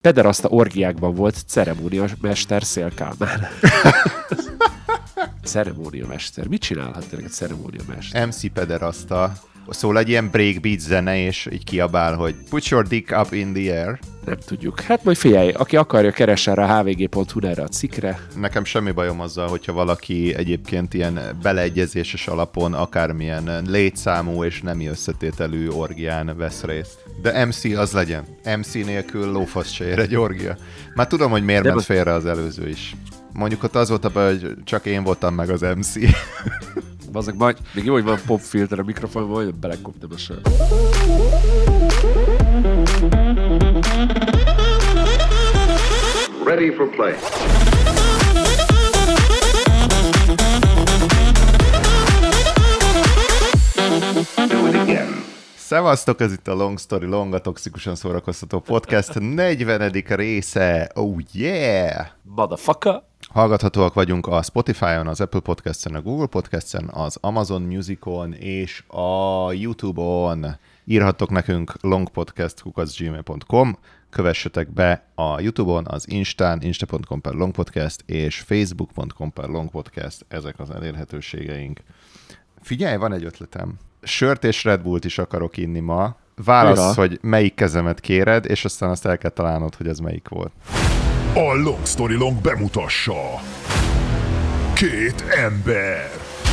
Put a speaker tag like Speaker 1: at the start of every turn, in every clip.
Speaker 1: pederaszta orgiákban volt ceremóniamester Széll Kálmán. Ceremóniamester. Mit csinálhat tényleg a ceremóniamester?
Speaker 2: MC pederasta. Szól egy ilyen breakbeat zene, és így kiabál, hogy put your dick up in the air.
Speaker 1: Nem tudjuk. Hát majd figyelj, aki akarja, keressen rá hvg.hu erre a cikkre.
Speaker 2: Nekem semmi bajom azzal, hogyha valaki egyébként ilyen beleegyezéses alapon akármilyen létszámú és nemi összetételű orgián vesz részt. De MC az legyen. MC nélkül lófasz se ér egy orgia. Már tudom, hogy miért ment félre az előző is. Mondjuk ott az volt a baj, hogy csak én voltam meg az MC.
Speaker 1: Bazzak, majd még jó, hogy van popfilter a mikrofonban, majd belekoptam a sört.
Speaker 3: Ready for play. Do it again.
Speaker 2: Szevasztok, ez itt a Long Story Long, a toxikusan szórakoztató podcast 40. része. Oh yeah!
Speaker 1: Motherfucker!
Speaker 2: Hallgathatóak vagyunk a Spotify-on, az Apple Podcast-en, a Google Podcast-en, az Amazon Music-on és a YouTube-on. Írhattok nekünk longpodcast@gmail.com, kövessetek be a YouTube-on, az Instán, insta.com/longpodcast és facebook.com/longpodcast, ezek az elérhetőségeink. Figyelj, van egy ötletem. Sört és Red Bullt is akarok inni ma. Válasz, hogy melyik kezemet kéred, és aztán azt el kell találnod, hogy ez melyik volt.
Speaker 4: A Long Story Long bemutassa. 2 ember.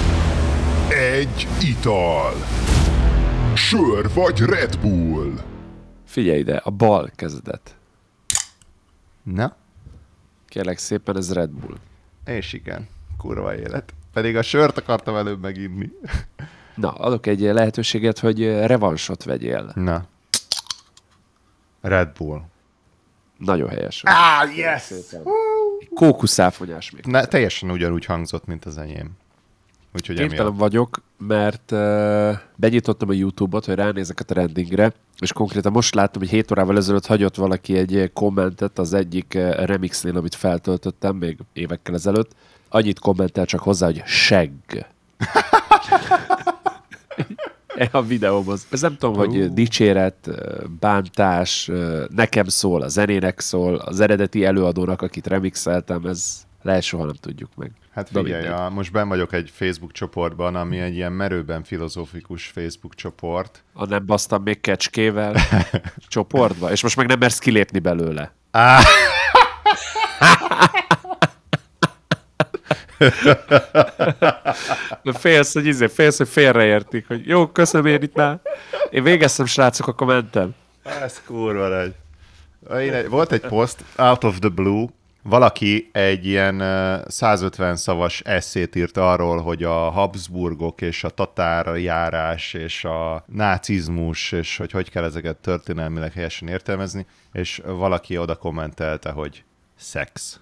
Speaker 4: 1 ital. Sör vagy Red Bull?
Speaker 1: Figyelj ide, a bal kezedet.
Speaker 2: Na?
Speaker 1: Kérlek szépen, ez Red Bull.
Speaker 2: És igen, kurva élet. Pedig a sört akartam előbb meginni.
Speaker 1: Na, adok egy lehetőséget, hogy revansot vegyél.
Speaker 2: Na. Red Bull.
Speaker 1: Nagyon helyes.
Speaker 2: Yes!
Speaker 1: Kókuszálfonyás még.
Speaker 2: Teljesen ugyanúgy hangzott, mint az enyém. Úgyhogy
Speaker 1: Képtelen vagyok, mert benyitottam a YouTube-ot, hogy ránézek a trendingre, és konkrétan most láttam, hogy 7 órával ezelőtt hagyott valaki egy kommentet az egyik remixnél, amit feltöltöttem még évekkel ezelőtt. Annyit kommentel csak hozzá, hogy segg. A videóhoz. Ez nem tudom, hogy dicséret, bántás, nekem szól, a zenének szól, az eredeti előadónak, akit remixeltem, ez lehet soha nem tudjuk meg.
Speaker 2: Hát figyelj, most benn vagyok egy Facebook csoportban, ami egy ilyen merőben filozófikus Facebook csoport.
Speaker 1: Nem basztam még kecskével csoportba, és most meg nem mersz kilépni belőle. Félsz, hogy félreértik, hogy jó, köszönöm, én itt már. Én végeztem, srácok, akkor mentem.
Speaker 2: Ez kurva nagy. Volt egy poszt, out of the blue, valaki egy ilyen 150 szavas esszét írt arról, hogy a Habsburgok és a tatárjárás és a nácizmus, és hogy kell ezeket történelmileg helyesen értelmezni, és valaki oda kommentelte, hogy szex.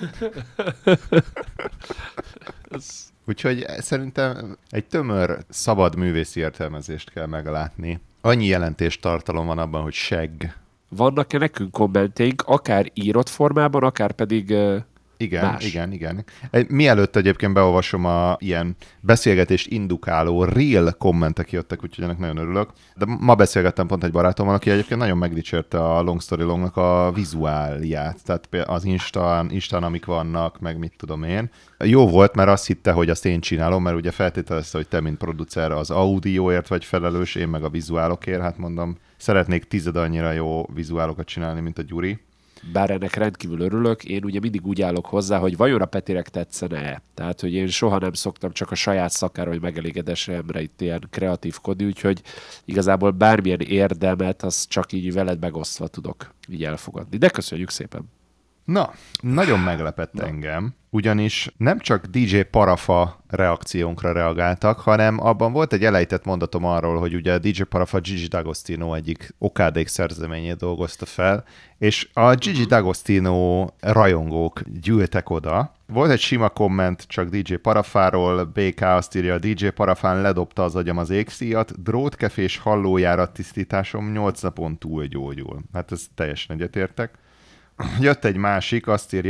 Speaker 2: Úgyhogy szerintem egy tömör, szabad művészi értelmezést kell meglátni. Annyi jelentéstartalom van abban, hogy segg.
Speaker 1: Vannak-e nekünk kommentjeink, akár írott formában, akár pedig más?
Speaker 2: Igen. Mielőtt egyébként beolvasom a ilyen beszélgetést indukáló real kommentek jöttek, úgyhogy ennek nagyon örülök. De ma beszélgettem pont egy barátommal, aki egyébként nagyon megdicsérte a Long Story Longnak a vizuálját. Tehát az Instán, amik vannak, meg mit tudom én. Jó volt, mert azt hitte, hogy azt én csinálom, mert ugye feltételezte, hogy te, mint producer, az audióért vagy felelős, én meg a vizuálokért. Hát mondom, szeretnék 10 annyira jó vizuálokat csinálni, mint a Gyuri.
Speaker 1: Bár ennek rendkívül örülök, én ugye mindig úgy állok hozzá, hogy vajon a Petirek tetszene-e. Tehát, hogy én soha nem szoktam csak a saját szakára, hogy megelégedésemre itt ilyen kreatívkodni, úgyhogy igazából bármilyen érdemet, az csak így veled megosztva tudok így elfogadni. De köszönjük szépen!
Speaker 2: Na, nagyon meglepett engem, ugyanis nem csak DJ Parafa reakciónkra reagáltak, hanem abban volt egy elejtett mondatom arról, hogy ugye a DJ Parafa Gigi D'Agostino egyik okádék szerzeményét dolgozta fel, és a Gigi D'Agostino rajongók gyűltek oda. Volt egy sima komment csak DJ Parafáról, BK azt írja, a DJ Parafán ledobta az agyam az égszíjat, drótkefés hallójárat tisztításom 8 napon túl gyógyul. Hát ez teljesen egyetértek. Jött egy másik, azt írja,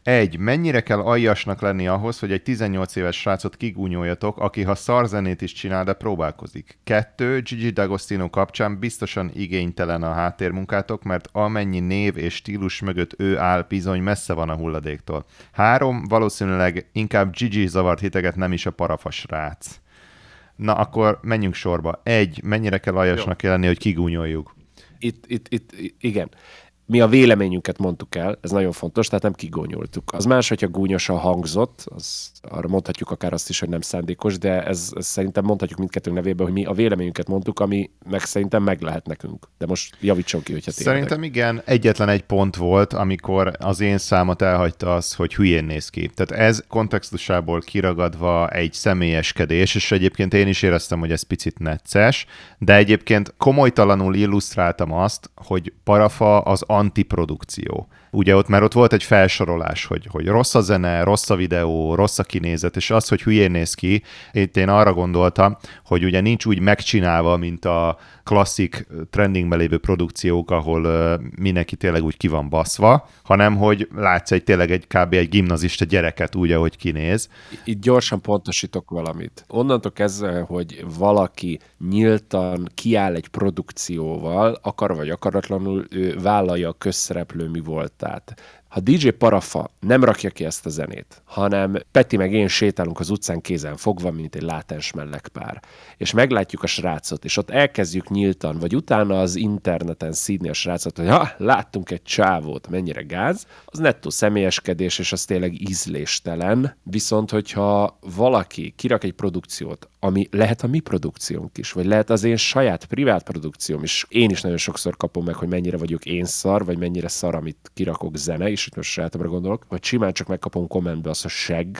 Speaker 2: 1. Mennyire kell aljasnak lenni ahhoz, hogy egy 18 éves srácot kigúnyoljatok, aki ha szarzenét is csinál, de próbálkozik? 2. Gigi D'Agostino kapcsán biztosan igénytelen a háttérmunkátok, mert amennyi név és stílus mögött ő áll, bizony messze van a hulladéktól. 3. Valószínűleg inkább Gigi zavart hiteget, nem is a parafa srác. Na, akkor menjünk sorba. 1. Mennyire kell aljasnak lenni, hogy kigúnyoljuk?
Speaker 1: Itt, igen. Mi a véleményünket mondtuk el, ez nagyon fontos, tehát nem kigónyoltuk. Az más, hogyha gúnyosan hangzott, az, arra mondhatjuk akár azt is, hogy nem szándékos, de ez szerintem mondhatjuk mindkettőnk nevében, hogy mi a véleményünket mondtuk, ami meg szerintem meg lehet nekünk. De most javítson ki, hogyha tényleg.
Speaker 2: Szerintem igen, egyetlen egy pont volt, amikor az én számat elhagyta az, hogy hülyén néz ki. Tehát ez kontextusából kiragadva egy személyeskedés, és egyébként én is éreztem, hogy ez picit necces, de egyébként komolytalanul illusztráltam azt, hogy parafa az antiprodukció. Ugye ott volt egy felsorolás, hogy rossz a zene, rossz a videó, rossz a kinézet, és az, hogy hülyén néz ki, itt én arra gondoltam, hogy ugye nincs úgy megcsinálva, mint a klasszik trendingben lévő produkciók, ahol mindenki tényleg úgy ki van baszva, hanem hogy látsz tényleg kb. Egy gimnazista gyereket úgy, ahogy kinéz.
Speaker 1: Itt gyorsan pontosítok valamit. Onnantól kezdve, hogy valaki nyíltan kiáll egy produkcióval, akar vagy akaratlanul, ő vállalja a közszereplő mi voltát. Ha DJ Parafa nem rakja ki ezt a zenét, hanem Peti meg én sétálunk az utcán kézen fogva, mint egy látens mellegpár, és meglátjuk a srácot, és ott elkezdjük nyíltan, vagy utána az interneten szídni a srácot, hogy láttunk egy csávót, mennyire gáz, az nettó személyeskedés, és az tényleg ízléstelen. Viszont, hogyha valaki kirak egy produkciót, ami lehet a mi produkciónk is, vagy lehet az én saját privát produkcióm is. Én is nagyon sokszor kapom meg, hogy mennyire vagyok én szar, vagy mennyire szar, amit kirakok zene, és most sajátomra gondolok, vagy simán csak megkapom kommentbe azt a segg.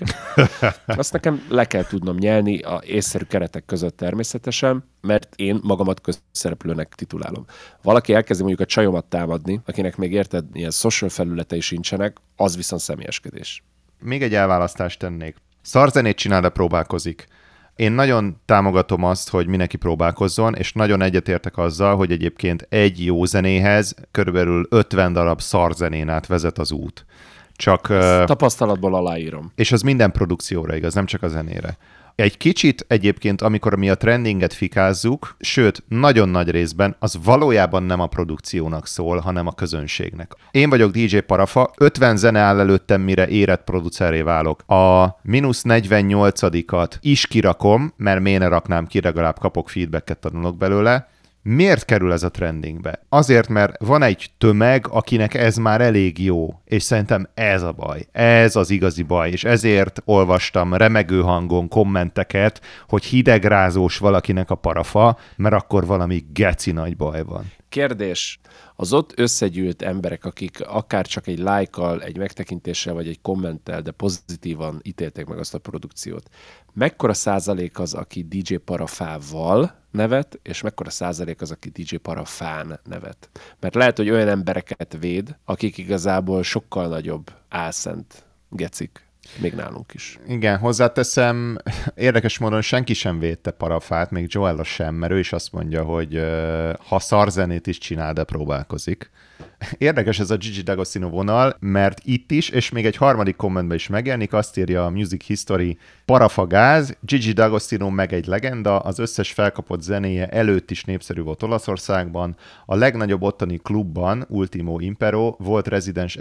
Speaker 1: Azt nekem le kell tudnom nyelni a észszerű keretek között természetesen, mert én magamat közszereplőnek titulálom. Valaki elkezdi mondjuk a csajomat támadni, akinek még érted, ilyen social felületei sincsenek, az viszont személyeskedés.
Speaker 2: Még egy elválasztást tennék. Szarzenét csinál, de próbálkozik. Én nagyon támogatom azt, hogy mindenki próbálkozzon, és nagyon egyetértek azzal, hogy egyébként egy jó zenéhez körülbelül 50 darab szarzenén át vezet az út. Csak
Speaker 1: tapasztalatból aláírom.
Speaker 2: És az minden produkcióra igaz, nem csak a zenére. Egy kicsit egyébként, amikor mi a trendinget fikázzuk, sőt, nagyon nagy részben az valójában nem a produkciónak szól, hanem a közönségnek. Én vagyok DJ Parafa, 50 zene áll előttem, mire érett producerré válok. A -48-at is kirakom, mert miért ne raknám ki, legalább kapok feedbacket, tanulok belőle. Miért kerül ez a trendingbe? Azért, mert van egy tömeg, akinek ez már elég jó, és szerintem ez a baj. Ez az igazi baj, és ezért olvastam remegő hangon kommenteket, hogy hidegrázós valakinek a parafa, mert akkor valami geci nagy baj van.
Speaker 1: Kérdés. Az ott összegyűlt emberek, akik akár csak egy lájkkal, egy megtekintéssel vagy egy kommenttel, de pozitívan ítélték meg azt a produkciót, mekkora százalék az, aki DJ Parafával nevet, és mekkora százalék az, aki DJ Parafán nevet? Mert lehet, hogy olyan embereket véd, akik igazából sokkal nagyobb álszent gecik. Még nálunk is.
Speaker 2: Igen, hozzáteszem, érdekes módon senki sem védte Parafát, még Joella sem, mert ő is azt mondja, hogy ha szarzenét is csinál, de próbálkozik. Érdekes ez a Gigi D'Agostino vonal, mert itt is, és még egy harmadik kommentben is megjelenik, azt írja a Music History, Parafa gáz, Gigi D'Agostino meg egy legenda, az összes felkapott zenéje előtt is népszerű volt Olaszországban, a legnagyobb ottani klubban, Ultimo Impero, volt rezidens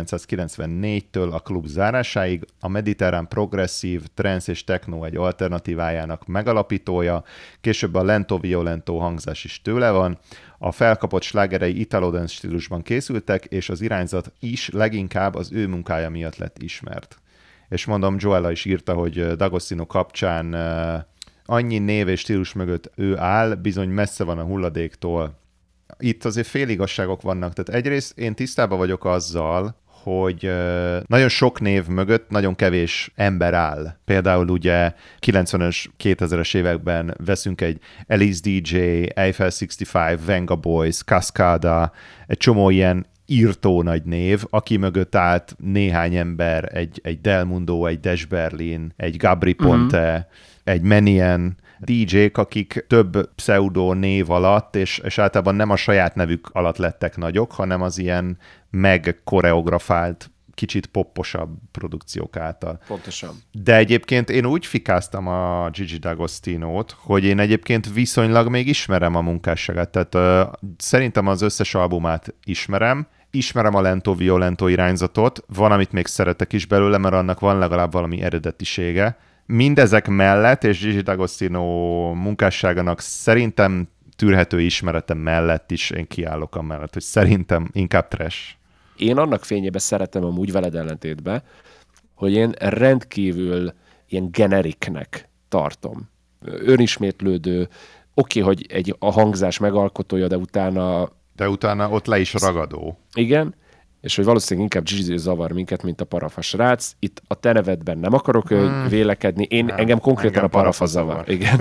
Speaker 2: 1994-től a klub zárásáig, a mediterrán progresszív, trance és techno egy alternatívájának megalapítója, később a lento violento hangzás is tőle van, a felkapott slágerei Italo dance stílusban készültek, és az irányzat is leginkább az ő munkája miatt lett ismert. És mondom, Joella is írta, hogy D'Agostino kapcsán annyi név és stílus mögött ő áll, bizony messze van a hulladéktól. Itt azért féligasságok vannak, tehát egyrészt én tisztában vagyok azzal, hogy nagyon sok név mögött nagyon kevés ember áll. Például ugye 90-es, 2000-es években veszünk egy Elise DJ, Eiffel 65, Venga Boys, Cascada, egy csomó ilyen írtó nagy név, aki mögött állt néhány ember, egy Del Mundo, egy Dash Berlin, egy Gabri Ponte, egy Menien, DJ-k, akik több pseudo név alatt, és általában nem a saját nevük alatt lettek nagyok, hanem az ilyen megkoreografált kicsit popposabb produkciók által.
Speaker 1: Pontosan.
Speaker 2: De egyébként én úgy fikáztam a Gigi D'Agostinót, hogy én egyébként viszonylag még ismerem a munkásságát, tehát szerintem az összes albumát ismerem a Lento Violento irányzatot, van, amit még szeretek is belőle, mert annak van legalább valami eredetisége. Mindezek mellett, és Gigi D'Agostino munkásságának szerintem tűrhető ismerete mellett is én kiállok amellett, hogy szerintem inkább trash.
Speaker 1: Én annak fényében szeretem amúgy veled ellentétben, hogy én rendkívül ilyen generiknek tartom. Önismétlődő, oké, hogy a hangzás megalkotója, de utána
Speaker 2: ott le is ragadó.
Speaker 1: Igen, és hogy valószínűleg inkább Gigi zavar minket, mint a parafa srác. Itt a te nevedben nem akarok vélekedni, engem konkrétan a parafa zavar. Igen.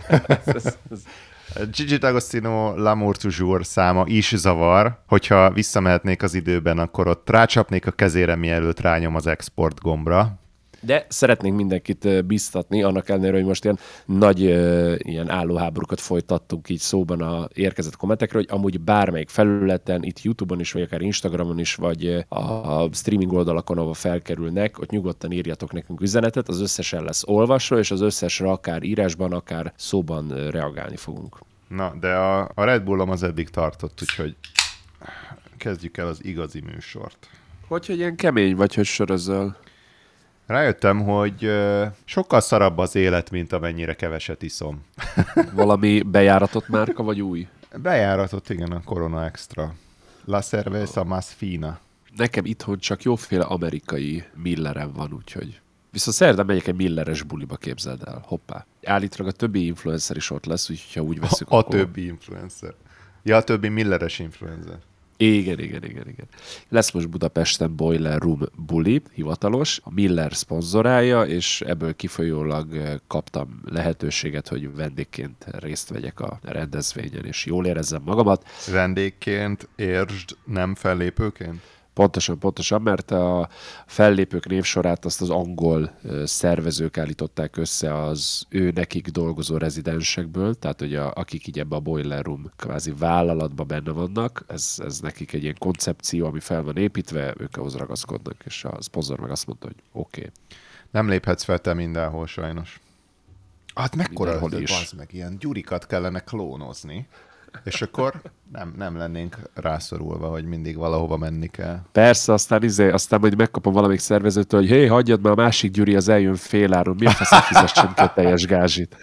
Speaker 2: Gigi D'Agostino L'amour toujours száma is zavar, hogyha visszamehetnék az időben, akkor ott rácsapnék a kezére, mielőtt rányom az export gombra.
Speaker 1: De szeretnénk mindenkit biztatni, annak ellenére, hogy most ilyen nagy ilyen állóháborúkat folytattunk így szóban a érkezett kommentekről, hogy amúgy bármelyik felületen, itt YouTube-on is, vagy akár Instagramon is, vagy a streaming oldalakon, ahol felkerülnek, ott nyugodtan írjatok nekünk üzenetet, az összesen lesz olvasva, és az összesre akár írásban, akár szóban reagálni fogunk.
Speaker 2: Na, de a Red Bullom az eddig tartott, úgyhogy kezdjük el az igazi műsort.
Speaker 1: Hogy ilyen kemény vagy, hogy sörözöl?
Speaker 2: Rájöttem, hogy sokkal szarabb az élet, mint amennyire keveset iszom.
Speaker 1: Valami bejáratott márka, vagy új?
Speaker 2: Bejáratott, igen, a Corona Extra. La cerveza más fina.
Speaker 1: Nekem itthon csak jóféle amerikai Millerem van, úgyhogy... Viszont szerdán megyek egy Milleres buliba, képzeld el. Hoppá. Állítólag a többi influencer is ott lesz, úgyhogy ha úgy veszük,
Speaker 2: a többi influencer. Ja, a többi Milleres influencer.
Speaker 1: Igen. Lesz most Budapesten Boiler Room buli, hivatalos, a Miller szponzorálja, és ebből kifolyólag kaptam lehetőséget, hogy vendégként részt vegyek a rendezvényen, és jól érezzem magamat.
Speaker 2: Vendégként, értsd, nem fellépőként?
Speaker 1: Pontosan, mert a fellépők névsorát azt az angol szervezők állították össze az ő nekik dolgozó rezidensekből, tehát hogy akik így ebbe a Boiler Room kvázi vállalatban benne vannak, ez nekik egy ilyen koncepció, ami fel van építve, ők ahhoz ragaszkodnak, és a szponzor meg azt mondta, hogy oké.
Speaker 2: Nem léphetsz fel te mindenhol sajnos. Hát mekkora
Speaker 1: is.
Speaker 2: Az meg ilyen gyurikat kellene klónozni. És akkor nem lennénk rászorulva, hogy mindig valahova menni kell.
Speaker 1: Persze, aztán majd megkapom valamelyik szervezőtől, hogy hé, hagyjad már, a másik Gyuri az eljön féláron, mi a faszát fizessem ki a teljes gázsit?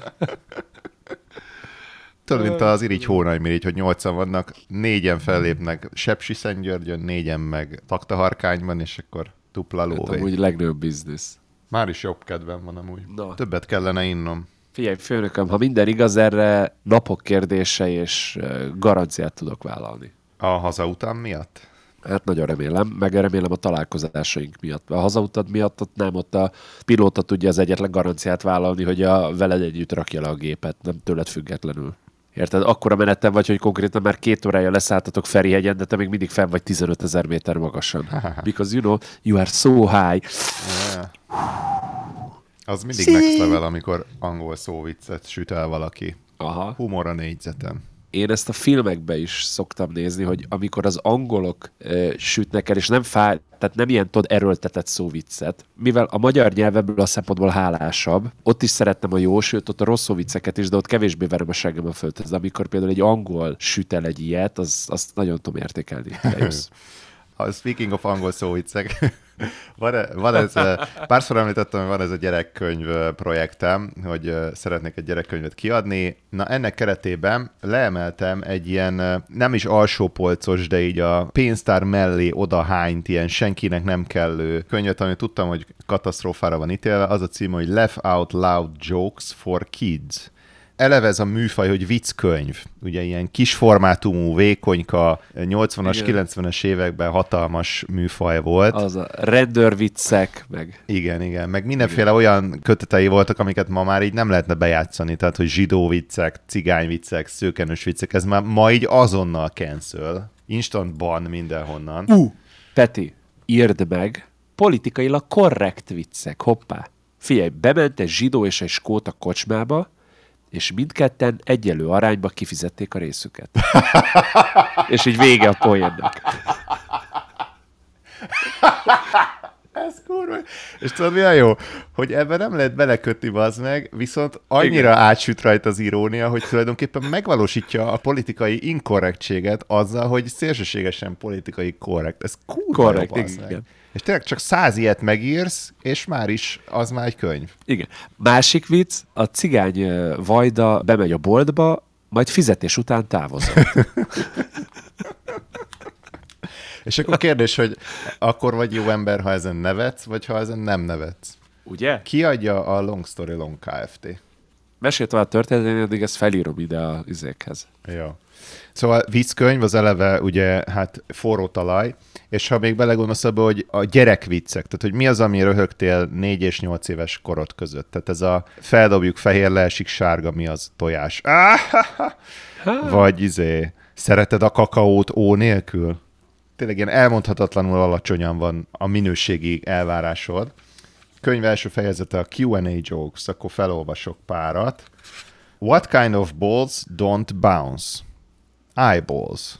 Speaker 2: Tudod, mint az Irigy Hónajmirigy, hogy 8-an vannak, 4-en fellépnek Sepsiszentgyörgyön, 4-en meg Taktaharkányban, és akkor dupla lóvé.
Speaker 1: Hát, amúgy legnagyobb biznisz.
Speaker 2: Már is jobb kedvem van amúgy.
Speaker 1: Na.
Speaker 2: Többet kellene innom.
Speaker 1: Figyelj, főnököm, ha minden igaz, erre napok kérdése és garanciát tudok vállalni.
Speaker 2: A hazaután miatt?
Speaker 1: Hát nagyon remélem, meg remélem a találkozásaink miatt. A hazautad miatt ott a pilóta tudja az egyetlen garanciát vállalni, hogy veled együtt rakja le a gépet, nem tőled függetlenül. Érted? Akkora menetem vagy, hogy konkrétan már 2 órája leszálltatok Ferihegyen, de te még mindig fenn vagy 15 000 méter magasan. Because you are so high.
Speaker 2: Yeah. Az mindig next level, amikor angol szóviccet süt el valaki.
Speaker 1: Aha.
Speaker 2: Humor a négyzetem.
Speaker 1: Én ezt a filmekbe is szoktam nézni, hogy amikor az angolok sütnek el, és nem tehát nem ilyen erőltetett szóviccet, mivel a magyar nyelv ebből a szempontból hálásabb, ott is szerettem a jó, sőt ott a rossz szóvicceket is, de ott kevésbé verem a seggem a földhez. De amikor például egy angol süt el egy ilyet, azt nagyon tudom értékelni.
Speaker 2: Speaking of angol szóviccek, van ez, párszor említettem, hogy van ez a gyerekkönyv projektem, hogy szeretnék egy gyerekkönyvet kiadni. Na ennek keretében leemeltem egy ilyen, nem is alsópolcos, de így a pénztár mellé odahányt ilyen senkinek nem kellő könyvet, amit tudtam, hogy katasztrófára van ítélve. Az a cím, hogy Laugh Out Loud Jokes for Kids. Eleve ez a műfaj, hogy vicckönyv. Ugye ilyen kisformátumú, vékonyka, 80-as, 90-es években hatalmas műfaj volt.
Speaker 1: Az a rendőrviccek, meg...
Speaker 2: Igen. Meg mindenféle olyan kötetei voltak, amiket ma már így nem lehetne bejátszani. Tehát, hogy zsidó viccek, cigány viccek, szőkenős viccek, ez már ma így azonnal cancel. Instant ban mindenhonnan.
Speaker 1: Peti, írd meg politikailag korrekt viccek, hoppá. Figyelj, bement egy zsidó és egy skót a kocsmába, és mindketten egyenlő arányba kifizették a részüket. És így vége a poénnak.
Speaker 2: És tudod, mi a jó? Hogy ebben nem lehet belekötni, bazd meg, viszont annyira átsüt rajta az irónia, hogy tulajdonképpen megvalósítja a politikai inkorrektséget azzal, hogy szélsőségesen politikai korrekt. Ez kurva jó, bazd meg.
Speaker 1: igen.
Speaker 2: És tényleg csak 100 ilyet megírsz, és már is az már egy könyv.
Speaker 1: Igen. Másik vicc, a cigány vajda bemegy a boltba, majd fizetés után távozott.
Speaker 2: És akkor kérdés, hogy akkor vagy jó ember, ha ezen nevetsz, vagy ha ezen nem nevetsz.
Speaker 1: Ugye?
Speaker 2: Ki adja a Long Story Long Kft.?
Speaker 1: Mesél tovább történetni, addig ezt felírom ide a izékhez.
Speaker 2: Jó. Szóval vicckönyv az eleve ugye hát forró talaj, és ha még belegondolsz abba, hogy a gyerekviccek, tehát hogy mi az, ami röhögtél 4 és 8 éves korod között. Tehát ez a feldobjuk fehér, leesik sárga, mi az tojás. Vagy szereted a kakaót ó nélkül? Tényleg ilyen elmondhatatlanul alacsonyan van a minőségi elvárásod. Könyv első fejezete a Q&A jokes, akkor felolvasok párat. What kind of balls don't bounce? Eyeballs.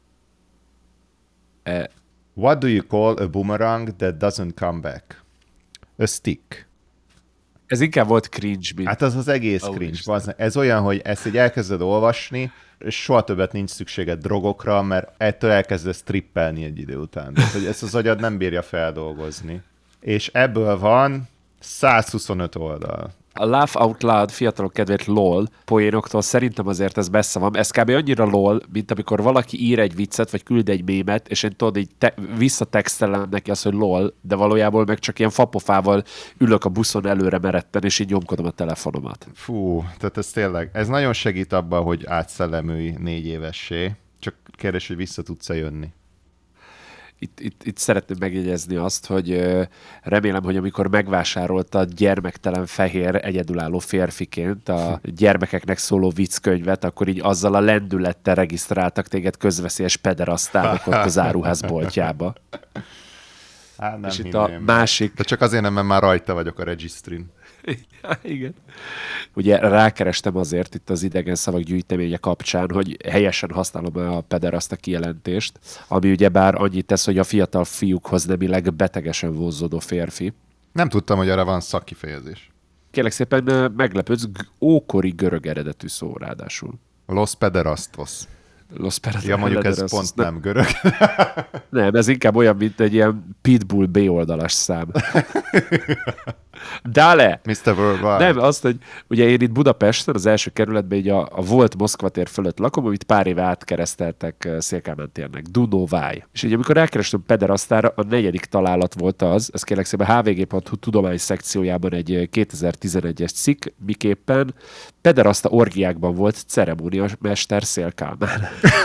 Speaker 2: What do you call a boomerang that doesn't come back? A stick.
Speaker 1: Ez inkább volt cringe, mint...
Speaker 2: Hát az az egész cringe. Bazdmeg. Ez olyan, hogy ezt így elkezded olvasni, és soha többet nincs szükséged drogokra, mert ettől elkezdesz trippelni egy idő után. Tehát, hogy ezt az agyad nem bírja feldolgozni. És ebből van 125 oldal.
Speaker 1: A Laugh Out Loud fiatalok kedvéért LOL poénoktól szerintem azért ez messze van. Ez kb. Annyira LOL, mint amikor valaki ír egy viccet, vagy küld egy mémet, és én tudod, így visszatextelem neki azt, hogy LOL, de valójában meg csak ilyen fapofával ülök a buszon előre meretten, és így nyomkodom a telefonomat.
Speaker 2: Fú, tehát ez tényleg, ez nagyon segít abban, hogy átszellemülj 4 évessé. Csak kérdés, hogy vissza tudsz-e jönni.
Speaker 1: Itt szeretném megjegyezni azt, hogy remélem, hogy amikor megvásárolta gyermektelen fehér egyedülálló férfiként a gyermekeknek szóló vicckönyvet, akkor így azzal a lendülettel regisztráltak téged közveszélyes pederasztának ott az áruházboltjába.
Speaker 2: Hát nem
Speaker 1: és itt a
Speaker 2: hinném.
Speaker 1: másik...
Speaker 2: De csak azért nem, mert már rajta vagyok a registrin.
Speaker 1: Igen. Ugye rákerestem azért itt az idegen szavak gyűjteménye kapcsán, hogy helyesen használom a pederaszt a kijelentést, ami ugyebár annyit tesz, hogy a fiatal fiúkhoz nemileg betegesen vonzódó férfi.
Speaker 2: Nem tudtam, hogy arra van szakkifejezés.
Speaker 1: Kérlek szépen meglepődsz, ókori görög eredetű szó ráadásul.
Speaker 2: Los pederastos.
Speaker 1: Los
Speaker 2: Ja, mondjuk ez pont nem görög.
Speaker 1: Nem, ez inkább olyan, mint egy ilyen Pitbull B oldalas szám. Dale!
Speaker 2: Mr. Worldwide.
Speaker 1: Nem, azt, hogy ugye én itt Budapesten, az első kerületben így a volt Moszkva tér fölött lakom, amit pár éve átkereszteltek Szél-Kálmán térnek. Dunováj. És ugye amikor elkerestem pederasztára, a 4. találat volt az, ez kérlek szépen hvg.hu tudomány szekciójában egy 2011-es cikk, miképpen pederaszta orgiákban volt ceremóniamester Szél-Kálmán.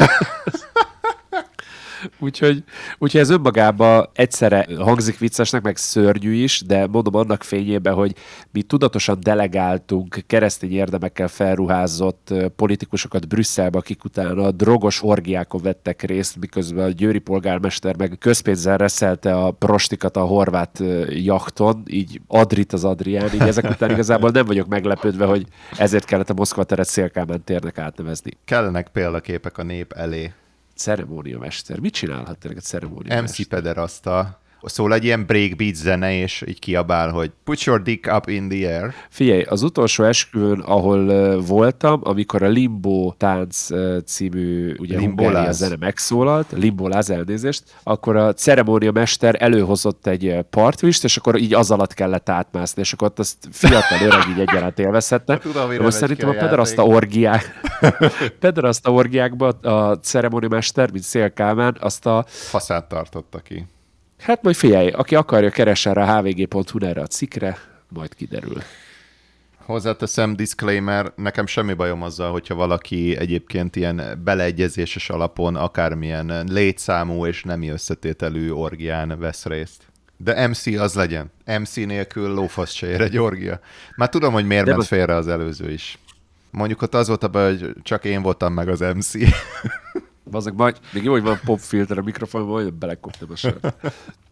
Speaker 1: Úgyhogy ez önmagában egyszerre hangzik viccesnek, meg szörnyű is, de mondom annak fényében, hogy mi tudatosan delegáltunk keresztény érdemekkel felruházott politikusokat Brüsszelbe, akik utána drogos orgiákon vettek részt, miközben a győri polgármester meg közpénzzel reszelte a prostikat a horvát jachton, így Adrit az Adrián, így ezek után igazából nem vagyok meglepődve, hogy ezért kellett a Moszkva teret Szél-Kálmán térnek átnevezni.
Speaker 2: Kellenek példaképek a nép elé.
Speaker 1: Ceremóniamester. Mit csinálhat tényleg a ceremóniamester?
Speaker 2: MC pederasta. Szól egy ilyen breakbeat zene, és így kiabál, hogy put your dick up in the air.
Speaker 1: Figyelj, az utolsó esküvőn, ahol voltam, amikor a Limbo tánc című, ugye Hungária zene megszólalt, Limboláz elnézést, akkor a ceremóniamester előhozott egy partvist, és akkor így az alatt kellett átmászni, és akkor ott azt fiatal öreg így egyaránt élvezhette. Most szerintem a pederaszta orgiákban a ceremóniamester, mint Szél-Kálmán, azt a...
Speaker 2: faszát tartotta ki.
Speaker 1: Hát majd figyelj, aki akarja, keressen rá hvg.hu erre a cikkre, majd kiderül.
Speaker 2: Hozzáteszem, disclaimer, nekem semmi bajom azzal, hogyha valaki egyébként ilyen beleegyezéses alapon akármilyen létszámú és nemi összetételű orgián vesz részt. De MC az legyen. MC nélkül lófasz se ér egy orgia. Már tudom, hogy miért ment félre az előző is. Mondjuk ott az volt a baj, hogy csak én voltam meg az MC.
Speaker 1: Bazzak, majd még jó, hogy van popfilter a mikrofonban, majd belekoptam a sört.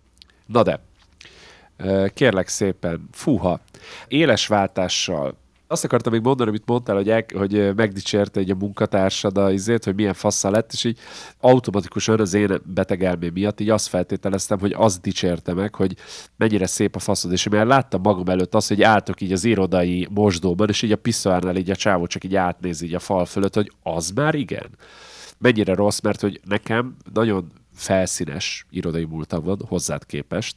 Speaker 1: Na de, kérlek szépen, fúha, éles váltással Azt akartam még mondani, amit mondtál, hogy megdicsérte egy a munkatársad hogy milyen fasszal lett, és így automatikusan az én beteg elmém miatt így azt feltételeztem, hogy azt dicsérte meg, hogy mennyire szép a faszod, és mert láttam magam előtt azt, hogy álltok így az irodai mosdóban, és így a piszoárnál így a csávó csak így átnéz így a fal fölött, hogy az már igen. Mennyire rossz, mert hogy nekem nagyon felszínes irodai múltam van hozzád képest,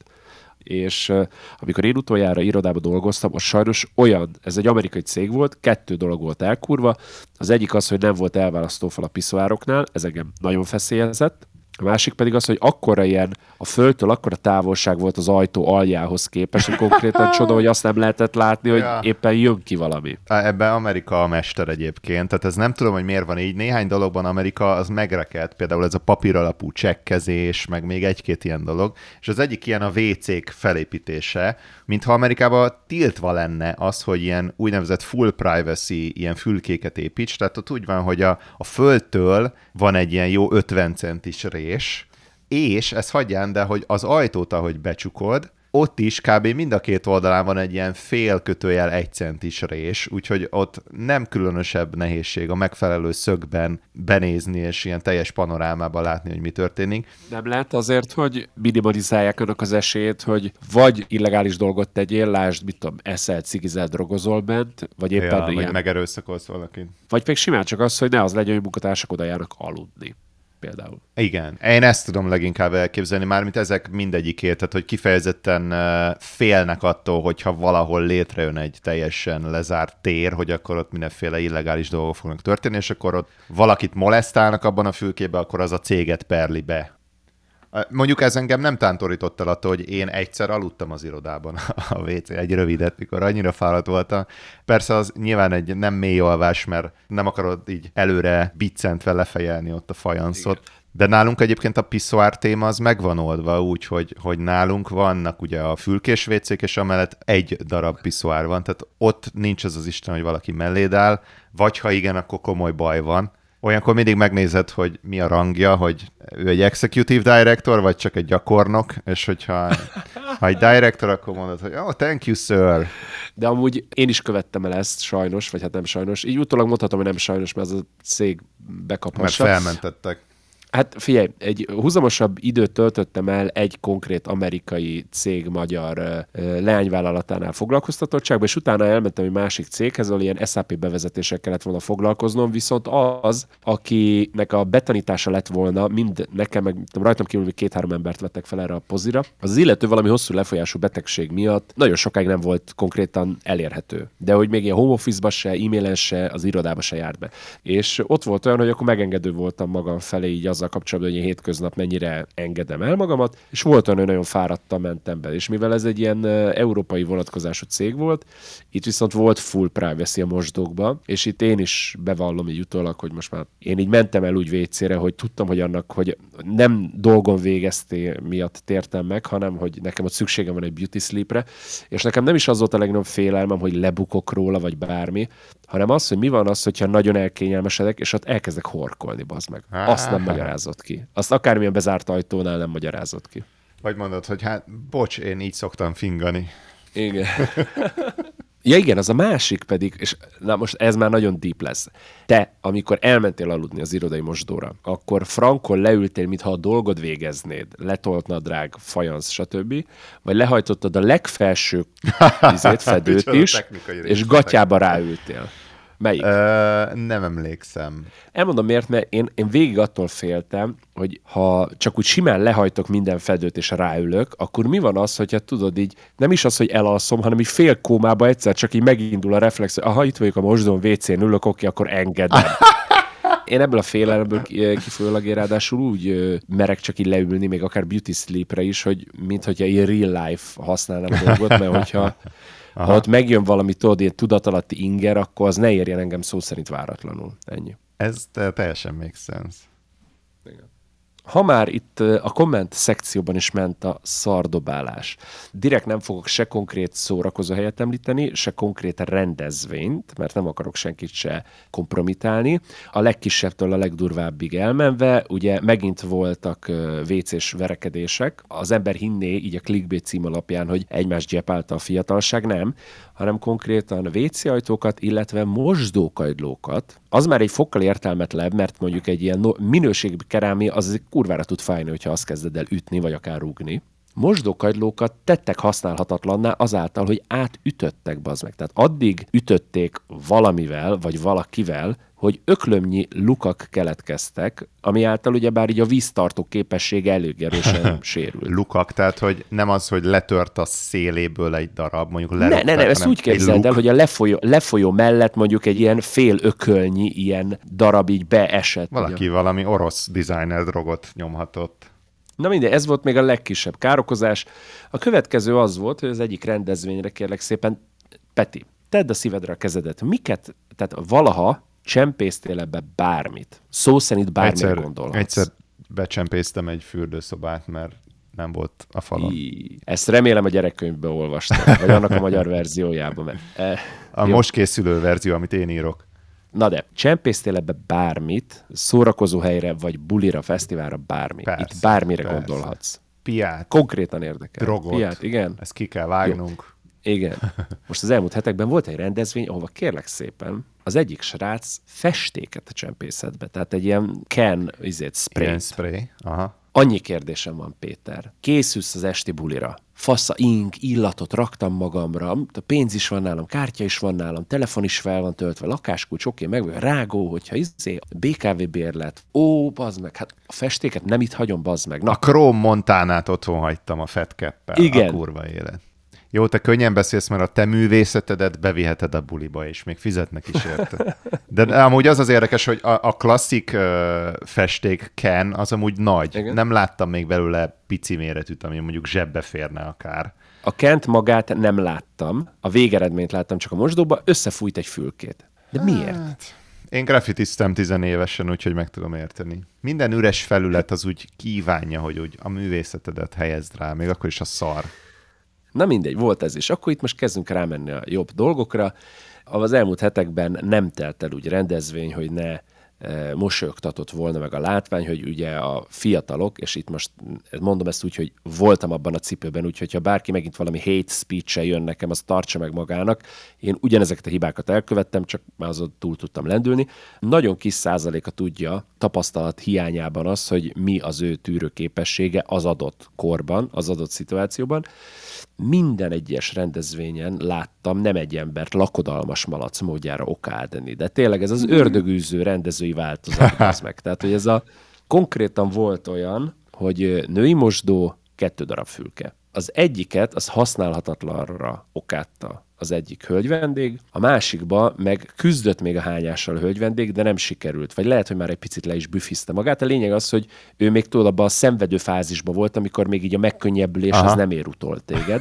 Speaker 1: és amikor én utoljára irodában dolgoztam, az sajnos ez egy amerikai cég volt, 2 dolog volt elkurva. Az egyik az, hogy nem volt elválasztófal a piszoároknál, ez engem nagyon feszélyezett. A másik pedig az, hogy akkora ilyen a földtől akkora távolság volt az ajtó aljához képest, hogy konkrétan csoda, hogy azt nem lehetett látni, hogy éppen jön ki valami.
Speaker 2: Ebben Amerika a mester egyébként, tehát ez nem tudom, hogy miért van így. Néhány dologban Amerika az megrekedt, például ez a papíralapú csekkezés, meg még egy-két ilyen dolog, és az egyik ilyen a WC-k felépítése, mintha Amerikában tiltva lenne az, hogy ilyen úgynevezett full privacy, ilyen fülkéket építs, tehát ott úgy van, hogy a földtől van egy ilyen jó 50 centis rés, és ezt hagyján, de hogy az ajtót, ahogy becsukod, ott is kb. Mind a két oldalán van egy ilyen fél kötőjel 1 centis rés, úgyhogy ott nem különösebb nehézség a megfelelő szögben benézni, és ilyen teljes panorámában látni, hogy mi történik.
Speaker 1: Nem lehet azért, hogy minimalizálják önök az esélyt, hogy vagy illegális dolgot tegyél, lásd, mit tudom, eszel, cigizel, drogozol bent, vagy éppen
Speaker 2: Vagy
Speaker 1: ilyen.
Speaker 2: megerőszakolsz valakit.
Speaker 1: Vagy pedig simán csak az, hogy ne az legyen, hogy munkatársak oda járnak aludni. Például.
Speaker 2: Igen. Én ezt tudom leginkább elképzelni, mármint ezek mindegyikért, tehát hogy kifejezetten félnek attól, hogyha valahol létrejön egy teljesen lezárt tér, hogy akkor ott mindenféle illegális dolgok fognak történni, és akkor ott valakit molesztálnak abban a fülkében, akkor az a céget perli be. Mondjuk ez engem nem tántorított el attól, hogy én egyszer aludtam az irodában a WC, egy rövidet, mikor annyira fáradt voltam. Persze az nyilván egy nem mély alvás, mert nem akarod így előre biccentve lefejelni ott a fajanszot. Igen. De nálunk egyébként a piszoár téma az megvan oldva úgy, hogy nálunk vannak ugye a fülkés WC-k, és amellett egy darab piszoár van, tehát ott nincs az Isten, hogy valaki melléd áll, vagy ha igen, akkor komoly baj van. Olyankor mindig megnézed, hogy mi a rangja, hogy ő egy executive director, vagy csak egy gyakornok, és hogyha egy director, akkor mondod, hogy oh, thank you, sir.
Speaker 1: De amúgy én is követtem el ezt, sajnos, vagy hát nem sajnos. Így utólag mondhatom, hogy nem sajnos, mert ez a cég bekapassa.
Speaker 2: Mert felmentettek.
Speaker 1: Hát figyelj, egy húzamosabb időt töltöttem el egy konkrét amerikai cég magyar leányvállalatánál foglalkoztatottságban, és utána elmentem egy másik céghez, ahol ilyen SAP bevezetéssel kellett volna foglalkoznom, viszont az, akinek a betanítása lett volna, mind nekem, meg rajtam kívül 2-3 embert vettek fel erre a pozira, az illető valami hosszú lefolyású betegség miatt nagyon sokáig nem volt konkrétan elérhető. De hogy még ilyen home office-ba se, e-mailen se, az irodába se járt be. És ott volt olyan, hogy akkor megengedő voltam magam felé így azzal kapcsolatban, hogy én hétköznap mennyire engedem el magamat, és volt olyan, hogy nagyon fáradtan mentem be. És mivel ez egy ilyen európai vonatkozású cég volt, itt viszont volt full privacy a mosdókban, és itt én is bevallom így utólag, hogy most már én így mentem el úgy WC-re, hogy tudtam, hogy annak, hogy nem dolgon végezté miatt tértem meg, hanem hogy nekem ott szükségem van egy beauty sleepre, és nekem nem is az volt a legnagyobb félelmem, hogy lebukok róla, vagy bármi, hanem az, hogy mi van az, hogyha nagyon elkényelmesedek, és ott elkezdek horkolni, bazd meg. Azt nem magyarázott ki. Azt akármilyen bezárt ajtónál nem magyarázott ki.
Speaker 2: Vagy mondod, hogy hát, bocs, én így szoktam fingani.
Speaker 1: Igen. Ja igen, az a másik pedig, és na most ez már nagyon deep lesz. Te, amikor elmentél aludni az irodai mosdóra, akkor frankon leültél, mintha a dolgod végeznéd, letolt nadrág, fajansz, stb. Vagy lehajtottad a legfelső fedőt is, és gatyába ráültél. Melyik?
Speaker 2: Nem emlékszem.
Speaker 1: Elmondom miért, mert én végig attól féltem, hogy ha csak úgy simán lehajtok minden fedőt és ráülök, akkor mi van az, hogyha tudod így, nem is az, hogy elalszom, hanem így fél kómába egyszer csak így megindul a reflex, hogy aha, itt vagyok a mosdón, WC-n ülök, oké, akkor engedem. Én ebből a félelemből kifolyólag ráadásul úgy merek csak így leülni, még akár beauty sleepre is, hogy mintha ilyen real life használnám a dolgot, mert hogyha ha ott megjön valami, tudod, ilyen tudatalatti inger, akkor az ne érjen engem szó szerint váratlanul. Ennyi.
Speaker 2: Ez teljesen make sense.
Speaker 1: Igen. Ha már itt a komment szekcióban is ment a szardobálás. Direkt nem fogok se konkrét szórakozó helyet említeni, se konkrét rendezvényt, mert nem akarok senkit se kompromitálni. A legkisebbtől a legdurvábbig elmenve, ugye megint voltak WC-s verekedések. Az ember hinné így a clickbait cím alapján, hogy egymást gyepálta a fiatalság, nem, hanem konkrétan WC ajtókat, illetve mosdókagylókat. Az már egy fokkal értelmetlenebb, mert mondjuk egy ilyen minőségi kerámia az kurvára tud fájni, hogyha azt kezded el ütni, vagy akár rúgni. Mosdókagylókat tettek használhatatlanná azáltal, hogy átütöttek, bazd meg. Tehát addig ütötték valamivel, vagy valakivel, hogy öklömnyi lukak keletkeztek, ami által ugyebár így a víztartó képessége elég erősen sérült.
Speaker 2: Lukak, tehát hogy nem az, hogy letört a széléből egy darab, mondjuk
Speaker 1: Ne, ezt úgy képzeld el, hogy a lefolyó mellett mondjuk egy ilyen fél ökölnyi ilyen darab így beesett.
Speaker 2: Valaki valami orosz designer drogot nyomhatott.
Speaker 1: Na mindegy, ez volt még a legkisebb károkozás. A következő az volt, hogy az egyik rendezvényre kérlek szépen, Peti, tedd a szívedre a kezedet. Miket, tehát valaha csempésztél ebbe bármit? Szó szerint bármire gondolhatsz.
Speaker 2: Egyszer becsempésztem egy fürdőszobát, mert nem volt a falon.
Speaker 1: Ezt remélem a gyerekkönyvben olvastam, vagy annak a magyar verziójában.
Speaker 2: A most készülő verzió, amit én írok.
Speaker 1: Na de, csempésztél ebbe bármit, szórakozó helyre, vagy bulira, fesztiválra, bármit.
Speaker 2: Persze,
Speaker 1: itt bármire
Speaker 2: persze.
Speaker 1: gondolhatsz.
Speaker 2: Piát,
Speaker 1: Konkrétan érdekel.
Speaker 2: drogot.
Speaker 1: Piát, igen.
Speaker 2: Ezt ki kell vágnunk.
Speaker 1: Igen. Most az elmúlt hetekben volt egy rendezvény, ahova kérlek szépen az egyik srác festéket csempészett be. Tehát egy ilyen spray.
Speaker 2: Ilyen spray. Aha.
Speaker 1: Annyi kérdésem van, Péter. Készülsz az esti bulira. Fasza ink, illatot raktam magamra, a pénz is van nálam, kártya is van nálam, telefon is fel van töltve, lakáskulcs, oké, meg rágó, hogyha BKV bérlet. Ó, bazd meg, hát a festéket nem itt hagyom, bazd meg. Na.
Speaker 2: A Chrome Montanát otthon hagytam a Fat Cap-pel.
Speaker 1: Igen.
Speaker 2: A kurva élet. Jó, te könnyen beszélsz, mert a te művészetedet beviheted a buliba, és még fizetnek is érte. De amúgy az érdekes, hogy a klasszik festék Ken az amúgy nagy.
Speaker 1: Igen.
Speaker 2: Nem láttam még belőle pici méretűt, ami mondjuk zsebbe férne akár.
Speaker 1: A Kent magát nem láttam, a végeredményt láttam csak a mosdóba, összefújt egy fülkét. De miért?
Speaker 2: Én graffitiztem 10 évesen, úgyhogy meg tudom érteni. Minden üres felület az úgy kívánja, hogy úgy a művészetedet helyezd rá, még akkor is a szar.
Speaker 1: Na mindegy, volt ez is. Akkor itt most kezdünk rámenni a jobb dolgokra. Az elmúlt hetekben nem telt el úgy rendezvény, hogy ne mosolyogtatott volna meg a látvány, hogy ugye a fiatalok, és itt most mondom ezt úgy, hogy voltam abban a cipőben, úgyhogy ha bárki megint valami hate speech-sel jön nekem, az tartsa meg magának. Én ugyanezeket a hibákat elkövettem, csak már azon túl tudtam lendülni. Nagyon kis százaléka tudja tapasztalat hiányában az, hogy mi az ő tűrőképessége az adott korban, az adott szituációban. Minden egyes rendezvényen láttam nem egy embert lakodalmas malac módjára okádni, de tényleg ez az ördögűző rendezői változat az meg. Tehát, hogy ez konkrétan volt olyan, hogy női mosdó, 2 darab fülke. Az egyiket, az használhatatlanra okádta az egyik hölgyvendég, a másikba meg küzdött még a hányással a hölgyvendég, de nem sikerült. Vagy lehet, hogy már egy picit le is büfizte magát. A lényeg az, hogy ő még tudod abban a szenvedő fázisban volt, amikor még így a megkönnyebbülés az nem ér utol téged.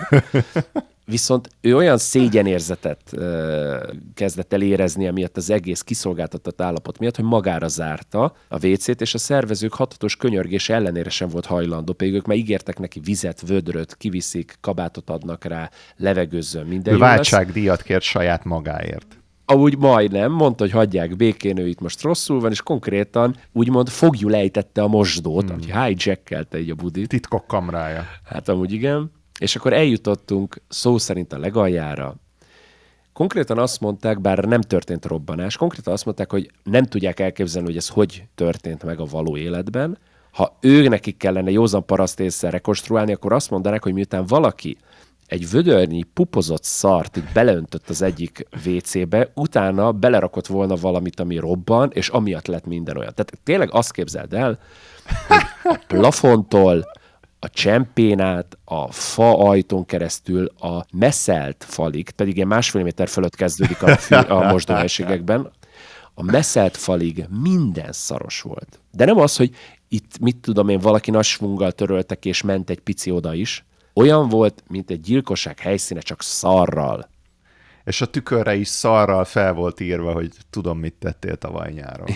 Speaker 1: Viszont ő olyan szégyenérzetet kezdett el érezni, amiatt az egész kiszolgáltatott állapot miatt, hogy magára zárta a WC-t, és a szervezők hatatos könyörgése ellenére sem volt hajlandó, pedig ők már ígértek neki vizet, vödröt, kiviszik, kabátot adnak rá, levegőzzön, minden.
Speaker 2: Ő váltságdíjat kért saját magáért.
Speaker 1: Ahogy majdnem, mondta, hogy hagyják békén, ő itt most rosszul van, és konkrétan úgymond fogjul ejtette a mosdót, hogy hijack-kelte így a budit.
Speaker 2: Titkok kamrája.
Speaker 1: Hát amúgy igen. És akkor eljutottunk szó szerint a legaljára. Konkrétan azt mondták, bár nem történt robbanás, konkrétan azt mondták, hogy nem tudják elképzelni, hogy ez hogy történt meg a való életben. Ha nekik kellene józan parasztésszel rekonstruálni, akkor azt mondanák, hogy miután valaki egy vödörnyi pupozott szart így beleöntött az egyik WC-be, utána belerakott volna valamit, ami robban, és amiatt lett minden olyan. Tehát tényleg azt képzeld el, hogy a plafontól a csempén át, a fa ajtón keresztül, a messzelt falig, pedig ilyen 1,5 méter fölött kezdődik a mosdóhelységekben, a messzelt falig minden szaros volt. De nem az, hogy itt, mit tudom én, valaki nagy svunggal töröltek, és ment egy pici oda is. Olyan volt, mint egy gyilkosság helyszíne, csak szarral.
Speaker 2: és a tükörre is szarral fel volt írva, hogy tudom, mit tettél tavaly nyáron.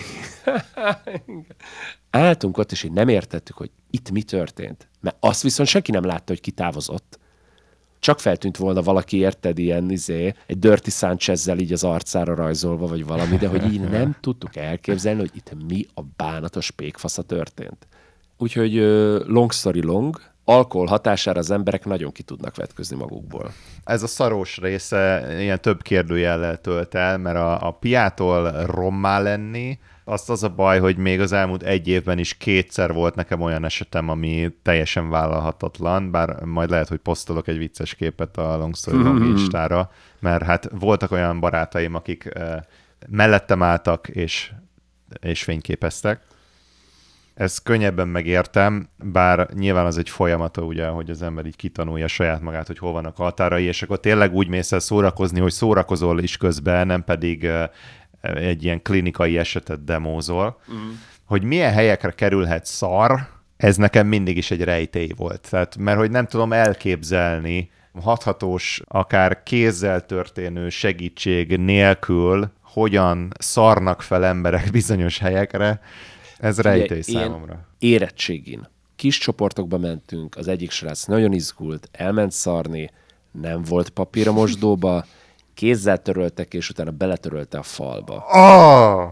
Speaker 1: Álltunk ott, és így nem értettük, hogy itt mi történt. Mert azt viszont senki nem látta, hogy ki távozott. Csak feltűnt volna valaki, érted, ilyen egy Dirty Sanchezzel így az arcára rajzolva, vagy valami, de hogy így nem tudtuk elképzelni, hogy itt mi a bánatos pékfasza történt. Úgyhogy long story long, alkohol hatására az emberek nagyon ki tudnak vetközni magukból.
Speaker 2: Ez a szarós része ilyen több kérdőjellel tölt el, mert a piától rommá lenni, azt az a baj, hogy még az elmúlt egy évben is 2-szer volt nekem olyan esetem, ami teljesen vállalhatatlan, bár majd lehet, hogy posztolok egy vicces képet a Long Story Long Instára, mert hát voltak olyan barátaim, akik mellettem álltak és fényképeztek. Ezt könnyebben megértem, bár nyilván az egy folyamata, ugye, hogy az ember így kitanulja saját magát, hogy hol vannak határai, és akkor tényleg úgy mész el szórakozni, hogy szórakozol is közben, nem pedig egy ilyen klinikai esetet demózol. Hogy milyen helyekre kerülhet szar, ez nekem mindig is egy rejtély volt. Tehát, mert hogy nem tudom elképzelni hathatós, akár kézzel történő segítség nélkül, hogyan szarnak fel emberek bizonyos helyekre, ez rejtély számomra.
Speaker 1: Érettségin kis csoportokba mentünk, az egyik srác nagyon izgult, elment szarni, nem volt papír a mosdóba, kézzel töröltek, és utána beletörölte a falba.
Speaker 2: Oh!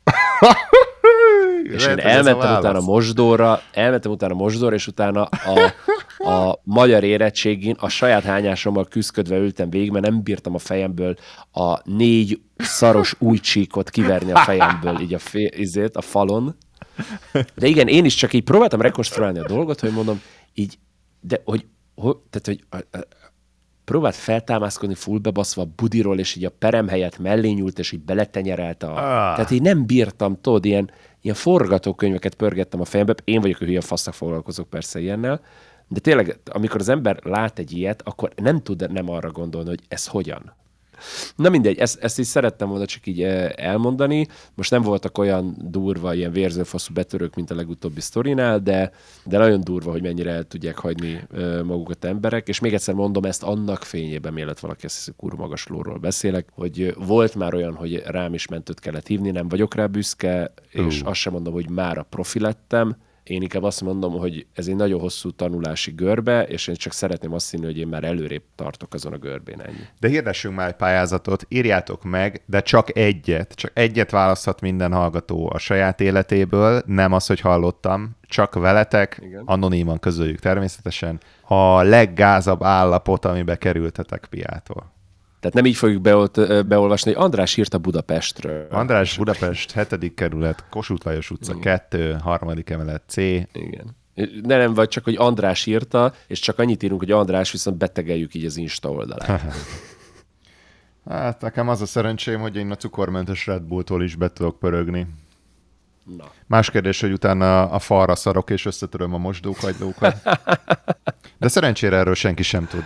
Speaker 1: És én elmentem utána a mosdóra, és utána a magyar érettségin a saját hányásommal küszködve ültem végig, mert nem bírtam a fejemből a 4 szaros új csíkot kiverni a fejemből, így a falon. De igen, én is csak így próbáltam rekonstruálni a dolgot, hogy mondom, így, de tehát, hogy próbált feltámaszkodni full bebaszva a budiról, és így a perem helyett mellé nyúlt, és így beletenyerelt Tehát így nem bírtam, tudod, ilyen forgatókönyveket pörgettem a fejembe. Én vagyok a hülye, fasznak foglalkozok persze ilyennel, de tényleg, amikor az ember lát egy ilyet, akkor nem tud nem arra gondolni, hogy ez hogyan. Na mindegy, ezt így szerettem volna csak így elmondani. Most nem voltak olyan durva, ilyen vérzőfaszú betörők, mint a legutóbbi sztorinál, de nagyon durva, hogy mennyire el tudják hagyni magukat emberek. És még egyszer mondom ezt annak fényében, mielőtt valaki azt hiszi, kurva magas lóról beszélek, hogy volt már olyan, hogy rám is mentőt kellett hívni, nem vagyok rá büszke, és azt sem mondom, hogy már a profi lettem. Én inkább azt mondom, hogy ez egy nagyon hosszú tanulási görbe, és én csak szeretném azt hinni, hogy én már előrébb tartok azon a görbén, ennyi.
Speaker 2: De hirdessünk már egy pályázatot, írjátok meg, de csak egyet választhat minden hallgató a saját életéből, nem az, hogy hallottam, csak veletek, igen. Anoníman közöljük természetesen, a leggázabb állapot, amibe kerültetek Piától.
Speaker 1: Tehát nem így fogjuk beolvasni, hogy András írta Budapestről.
Speaker 2: András Budapest, 7. kerület, Kossuth Lajos utca, igen. 2, 3. emelet, C.
Speaker 1: Igen. De nem vagy csak, hogy András írta, és csak annyit írunk, hogy András, viszont betegeljük így az Insta oldalát.
Speaker 2: Hát nekem az a szerencsém, hogy én a cukormentes Red Bulltól is be tudok pörögni.
Speaker 1: Na.
Speaker 2: Más kérdés, hogy utána a falra szarok, és összetöröm a mosdókagylókat. De szerencsére erről senki sem tud.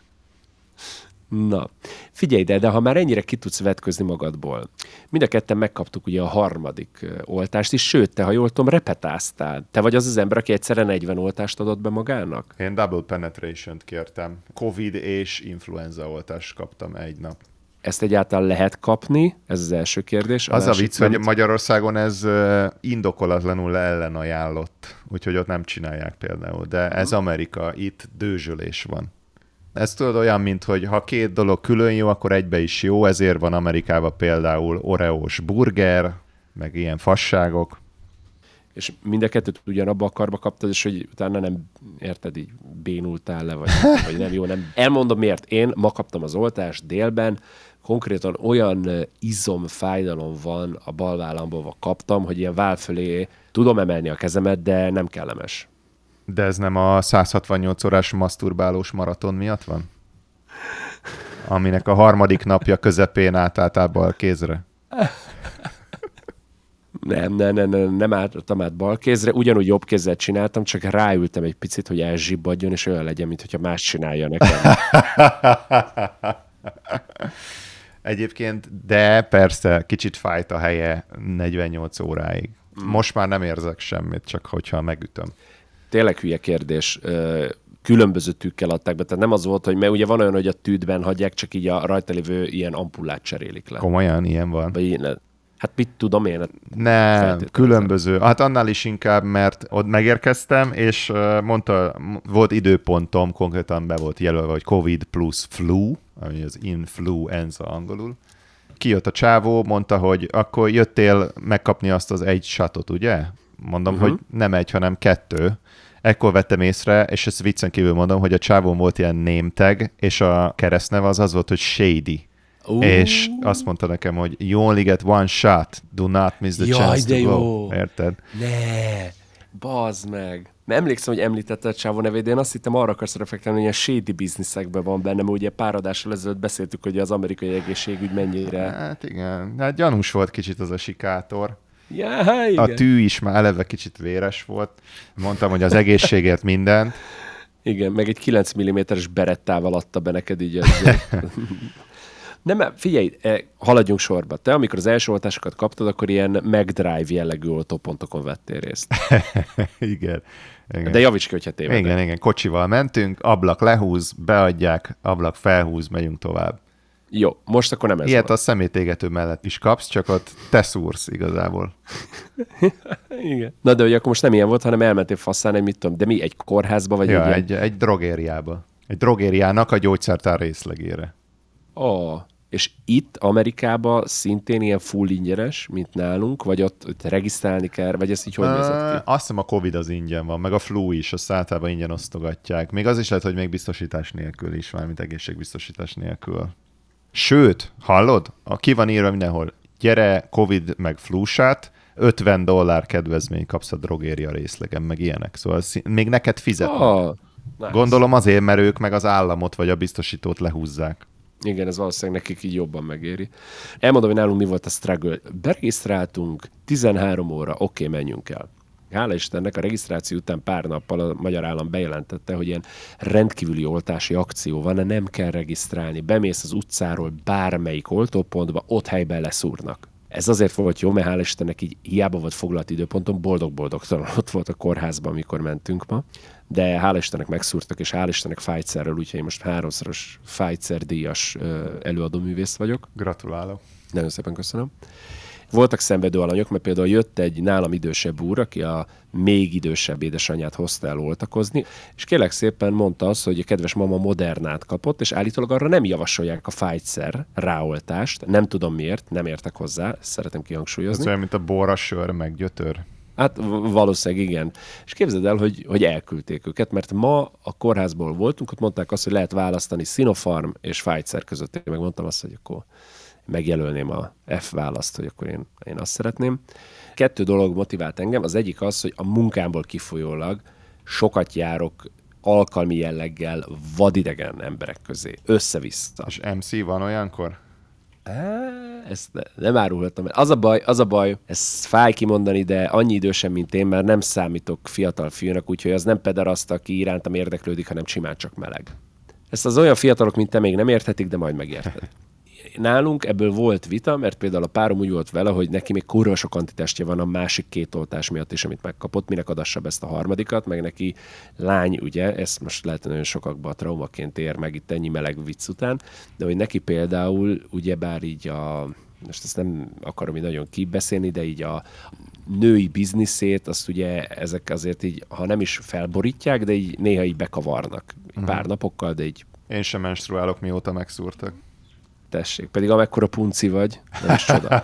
Speaker 1: Na, figyelj, de ha már ennyire ki tudsz vetközni magadból. Mind a ketten megkaptuk ugye a 3. oltást is, sőt, te, ha jól tudom, repetáztál. Te vagy az ember, aki egyszerre 40 oltást adott be magának?
Speaker 2: Én double penetration-t kértem. Covid és influenza oltást kaptam egy nap.
Speaker 1: Ezt egyáltalán lehet kapni? Ez az első kérdés.
Speaker 2: Az a vicc, hogy Magyarországon ez indokolatlanul ellenajánlott, úgyhogy ott nem csinálják például. De ez Amerika, itt dőzsölés van. Ez tudod olyan, mint hogy ha 2 dolog külön jó, akkor egybe is jó, ezért van Amerikában például oreós burger, meg ilyen fasságok.
Speaker 1: És mind a kettőt ugyanabba a karba kaptad, és hogy utána nem, érted, így bénultál le, vagy nem jó, nem. Elmondom miért. Én ma kaptam az oltást délben, konkrétan olyan izomfájdalom van a bal vállamból, kaptam, hogy ilyen váll fölé tudom emelni a kezemet, de nem kellemes.
Speaker 2: De ez nem a 168 órás maszturbálós maraton miatt van? Aminek a 3. napja közepén átálltál bal kézre?
Speaker 1: Nem álltam át bal kézre, ugyanúgy jobb kézzel csináltam, csak ráültem egy picit, hogy elzsibbadjon, és olyan legyen, mintha más csinálja nekem.
Speaker 2: Egyébként, de persze, kicsit fájt a helye 48 óráig. Most már nem érzek semmit, csak hogyha megütöm.
Speaker 1: Tényleg hülye kérdés. különböző tűkkel adták be. Tehát nem az volt, hogy mert ugye van olyan, hogy a tűtben hagyják, csak így a rajta lévő ilyen ampullát cserélik le.
Speaker 2: Komolyan ilyen van?
Speaker 1: Vagy ilyen, hát mit tudom én?
Speaker 2: Nem, különböző. Hát annál is inkább, mert ott megérkeztem, és mondta, volt időpontom, konkrétan be volt jelölve, hogy COVID plus flu, ami az influenza angolul. Kijött a csávó, mondta, hogy akkor jöttél megkapni azt az egy shotot, ugye? Mondom, hogy nem egy, hanem 2. Ekkor vettem észre, és ezt viccen kívül mondom, hogy a csávón volt ilyen name tag, és a keresztneve az volt, hogy Shady. És azt mondta nekem, hogy you only get one shot, do not miss the chance to go. Érted?
Speaker 1: Ne, bazd meg. Mert emlékszem, hogy említette a csávó nevét, de én azt hittem arra akarsz reflektálni, hogy ilyen shady bizniszekben van benne, mert ugye pár adással ezelőtt beszéltük, hogy az amerikai egészségügy mennyire...
Speaker 2: Hát igen, hát gyanús volt kicsit az a sikátor.
Speaker 1: Ja, igen.
Speaker 2: A tű is már eleve kicsit véres volt. Mondtam, hogy az egészségért mindent.
Speaker 1: Igen, meg egy 9 mm-es berettával adta be neked így ezzel. Nem, figyelj, haladjunk sorba. Te, amikor az első oltásokat kaptad, akkor ilyen McDrive jellegű oltópontokon vettél részt.
Speaker 2: Igen.
Speaker 1: De javíts ki, hogyha tévedek.
Speaker 2: Igen, kocsival mentünk, ablak lehúz, beadják, ablak felhúz, megyünk tovább.
Speaker 1: Jó, most akkor nem ez
Speaker 2: Ilyet
Speaker 1: van.
Speaker 2: a szemétégető mellett is kapsz, csak ott te szúrsz igazából.
Speaker 1: Igen. Na de hogy akkor most nem ilyen volt, hanem elmentél faszán egy mit tudom, de mi, egy kórházba, vagy
Speaker 2: Egy drogériába. Egy drogériának a gyógyszertár részlegére.
Speaker 1: És itt Amerikában szintén ilyen full ingyenes, mint nálunk, vagy ott regisztrálni kell, vagy ezt így hogy nézett ki?
Speaker 2: Azt hiszem a Covid az ingyen van, meg a flu is, azt általában ingyen osztogatják. Még az is lehet, hogy még biztosítás nélkül is, mármint egészségbiztosítás nélkül. Sőt, hallod? Ki van írva mindenhol, gyere Covid meg flusát, $50 kedvezmény kapsz a drogéria részlegen, meg ilyenek. Szóval még neked fizetnek.
Speaker 1: Nice.
Speaker 2: Gondolom azért, mert ők meg az államot vagy a biztosítót lehúzzák.
Speaker 1: Igen, ez valószínűleg nekik így jobban megéri. Elmondom, hogy nálunk mi volt a struggle. Beregisztráltunk 13 óra, oké, menjünk el. Hála Istennek, a regisztráció után pár nappal a magyar állam bejelentette, hogy ilyen rendkívüli oltási akció van, nem kell regisztrálni. Bemész az utcáról bármelyik oltópontba, ott helyben leszúrnak. Ez azért volt jó, mert hála Istennek így hiába volt foglalt időponton, boldog-boldogtalan ott volt a kórházban, amikor mentünk ma. De hála Istennek megszúrtak, és hála Istennek Pfizerről, úgyhogy én most 3-szoros Pfizer díjas előadóművész vagyok.
Speaker 2: Gratulálok.
Speaker 1: Nagyon szépen köszönöm. Voltak szenvedő alanyok, mert például jött egy nálam idősebb úr, aki a még idősebb édesanyját hozta el oltakozni, és kérlek szépen mondta azt, hogy a kedves mama Modernát kapott, és állítólag arra nem javasolják a Pfizer ráoltást. Nem tudom miért, nem értek hozzá, ezt szeretem kihangsúlyozni.
Speaker 2: Ez olyan, mint a bor, a sör, meg gyötör.
Speaker 1: Hát valószínűleg igen. És képzeld el, hogy elküldték őket, mert ma a kórházból voltunk, ott mondták azt, hogy lehet választani Sinopharm és Pfizer között. Én megmondtam azt, hogy akkor megjelölném a F választ, hogy akkor én azt szeretném. 2 dolog motivált engem. Az egyik az, hogy a munkámból kifolyólag sokat járok alkalmi jelleggel vadidegen emberek közé. Össze-vissza.
Speaker 2: És MC van olyankor?
Speaker 1: Ezt nem árulhatom. Az a baj, ezt fáj kimondani, de annyi idősen, mint én, már nem számítok fiatal fiúnak, úgyhogy az nem pederaszt, aki irántam érdeklődik, hanem simán csak meleg. Ezt az olyan fiatalok, mint te még nem érthetik, de majd megérted. Nálunk ebből volt vita, mert például a párom úgy volt vele, hogy neki még kurva sok antitestje van a másik 2 oltás miatt is, amit megkapott, minek adassa be ezt a harmadikat, meg neki lány, ugye, ezt most lehet, nagyon sokakban traumaként ér meg itt ennyi meleg vicc után, de hogy neki például, ugyebár így most ezt nem akarom így nagyon kibeszélni, de így a női bizniszét, azt ugye ezek azért így, ha nem is felborítják, de így néha így bekavarnak. Pár napokkal, de így...
Speaker 2: Én sem menstruálok, mióta megszúrtak.
Speaker 1: Tessék, pedig amekkora punci vagy, nem is csoda.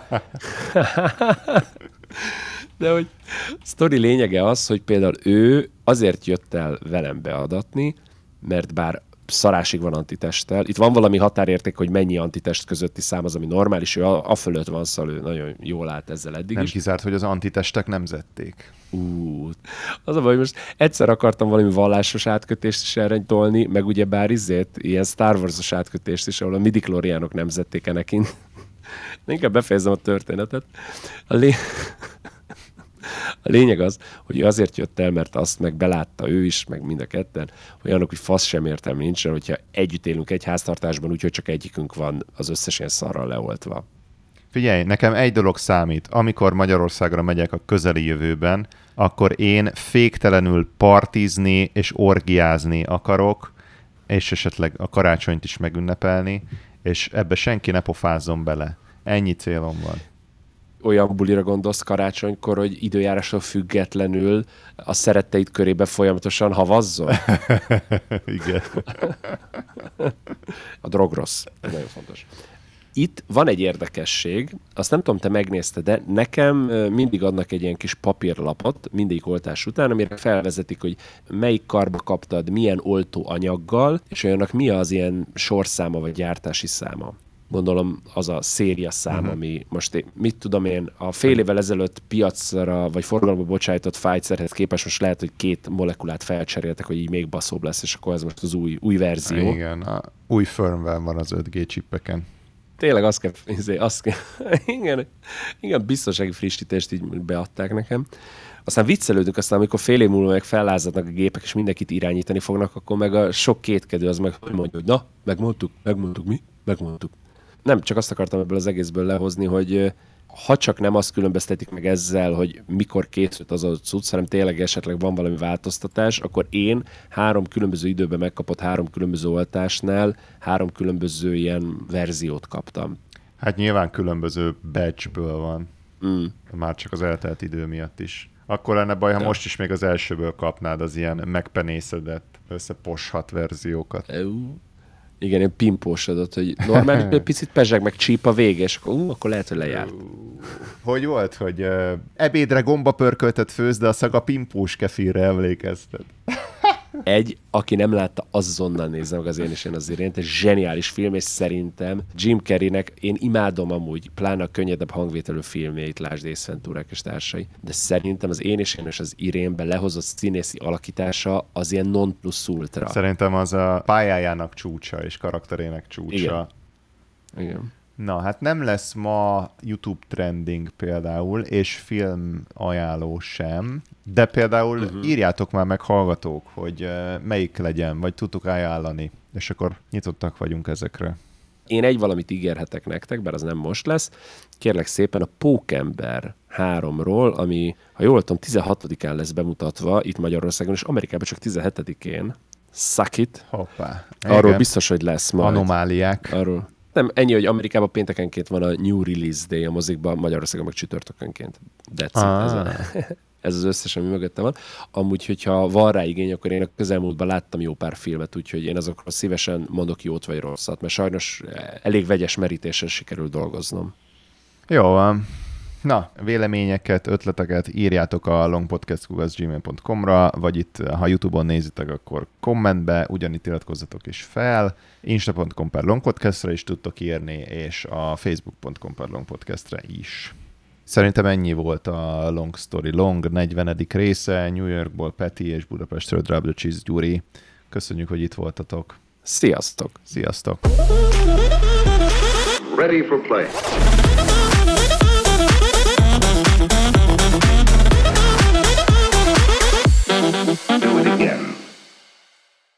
Speaker 1: De hogy a sztori lényege az, hogy például ő azért jött el velem beadatni, mert bár szarásig van antitesttel, itt van valami határérték, hogy mennyi antitest közötti szám az, ami normális, ő a fölött van, szóval ő nagyon jól állt ezzel eddig
Speaker 2: Nem
Speaker 1: is.
Speaker 2: kizárt, hogy az antitestek nemzették.
Speaker 1: Az a baj, hogy most egyszer akartam valami vallásos átkötést is erre tolni, meg ugye bár ilyen Star Wars-os átkötést is, ahol a midichloriánok nemzették Anakin. De inkább befejezem a történetet. A lényeg az, hogy ő azért jött el, mert azt meg belátta ő is, meg mind a ketten, hogy annak, hogy fasz sem értelme nincsen, hogyha együtt élünk egy háztartásban, úgyhogy csak egyikünk van az összes ilyen szarral leoltva.
Speaker 2: Figyelj, nekem egy dolog számít. Amikor Magyarországra megyek a közeli jövőben, akkor én féktelenül partizni és orgiázni akarok, és esetleg a karácsonyt is megünnepelni, és ebbe senki ne pofázzon bele. Ennyi célom van.
Speaker 1: Olyan bulira gondolsz karácsonykor, hogy időjárástól függetlenül a szeretteid körébe folyamatosan havazzon?
Speaker 2: Igen.
Speaker 1: A drog rossz. Ez nagyon fontos. Itt van egy érdekesség, azt nem tudom, te megnézted, de nekem mindig adnak egy ilyen kis papírlapot mindegyik oltás után, amire felvezetik, hogy melyik karba kaptad, milyen oltóanyaggal, és olyannak mi az ilyen sorszáma vagy gyártási száma. Gondolom az a széria szám, ami most mit tudom én, a fél évvel ezelőtt piacra vagy forgalomba bocsájtott Pfizerhez képest most lehet, hogy 2 molekulát felcseréltek, hogy így még baszóbb lesz, és akkor ez most az új verzió.
Speaker 2: Igen, a új firmware van az 5G csippeken.
Speaker 1: Tényleg azt kell igen, biztonsági frissítést így beadták nekem. Aztán viccelődünk, aztán amikor fél év múlva meg fellázadnak a gépek, és mindenkit irányítani fognak, akkor meg a sok kétkedő az meg mondja, hogy na, megmondtuk, mi? Megmondtuk. Nem, csak azt akartam ebből az egészből lehozni, hogy ha csak nem azt különböztetik meg ezzel, hogy mikor készült az a cucc, hanem tényleg esetleg van valami változtatás, akkor én 3 különböző időben megkapott 3 különböző oltásnál 3 különböző ilyen verziót kaptam.
Speaker 2: Hát nyilván különböző batchből van. Már csak az eltelt idő miatt is. Akkor lenne baj, ha most is még az elsőből kapnád az ilyen megpenészedett, összeposhat verziókat.
Speaker 1: Igen, ilyen pimpósodott, hogy normális, egy picit pezseg meg csíp a vége, és akkor lehet, hogy lejárt.
Speaker 2: Hogy volt, hogy ebédre gombapörköltet főz, de a szaga pimpós kefirre emlékeztet.
Speaker 1: Aki nem látta, azonnal nézze meg az Én és én az Irént, egy zseniális film, és szerintem Jim Carreynek, én imádom amúgy, pláne a könnyedebb hangvételű filmjeit, lásd Ace Venturák és társai, de szerintem az Én és az Irénben lehozott színészi alakítása az ilyen non plus ultra.
Speaker 2: Szerintem az a pályájának csúcsa és karakterének csúcsa.
Speaker 1: Igen.
Speaker 2: Na, hát nem lesz ma YouTube trending például, és film ajánló sem, de például írjátok már meg hallgatók, hogy melyik legyen, vagy tudtuk ajánlani, és akkor nyitottak vagyunk ezekre.
Speaker 1: Én egy valamit ígérhetek nektek, bár az nem most lesz. Kérlek szépen a Pókember 3-ról, ami, ha jól tudom, 16-án lesz bemutatva itt Magyarországon, és Amerikában csak 17-én. Suck it.
Speaker 2: Hoppá.
Speaker 1: Arról
Speaker 2: Igen.
Speaker 1: biztos, hogy lesz majd.
Speaker 2: Anomáliák.
Speaker 1: Arról. Nem, ennyi, hogy Amerikában péntekenként van a New Release Day a mozikban, Magyarországon meg csütörtökönként. Ez az összes, ami mögötte van. Amúgy, hogyha van rá igény, akkor én a közelmúltban láttam jó pár filmet, úgyhogy én azokról szívesen mondok jót vagy rosszat, mert sajnos elég vegyes merítéssel sikerül dolgoznom.
Speaker 2: Jó van. Na, véleményeket, ötleteket írjátok a longpodcast@gmail.com-ra, vagy itt, ha YouTube-on nézitek, akkor kommentbe, ugyanitt iratkozzatok is fel. Insta.com/longpodcastre is tudtok írni, és a Facebook.com/longpodcastre is. Szerintem ennyi volt a Long Story Long 40. része. New Yorkból Peti és Budapestről Drop the Cheese Gyuri. Köszönjük, hogy itt voltatok.
Speaker 1: Sziasztok!
Speaker 2: Sziasztok!
Speaker 3: Ready for play.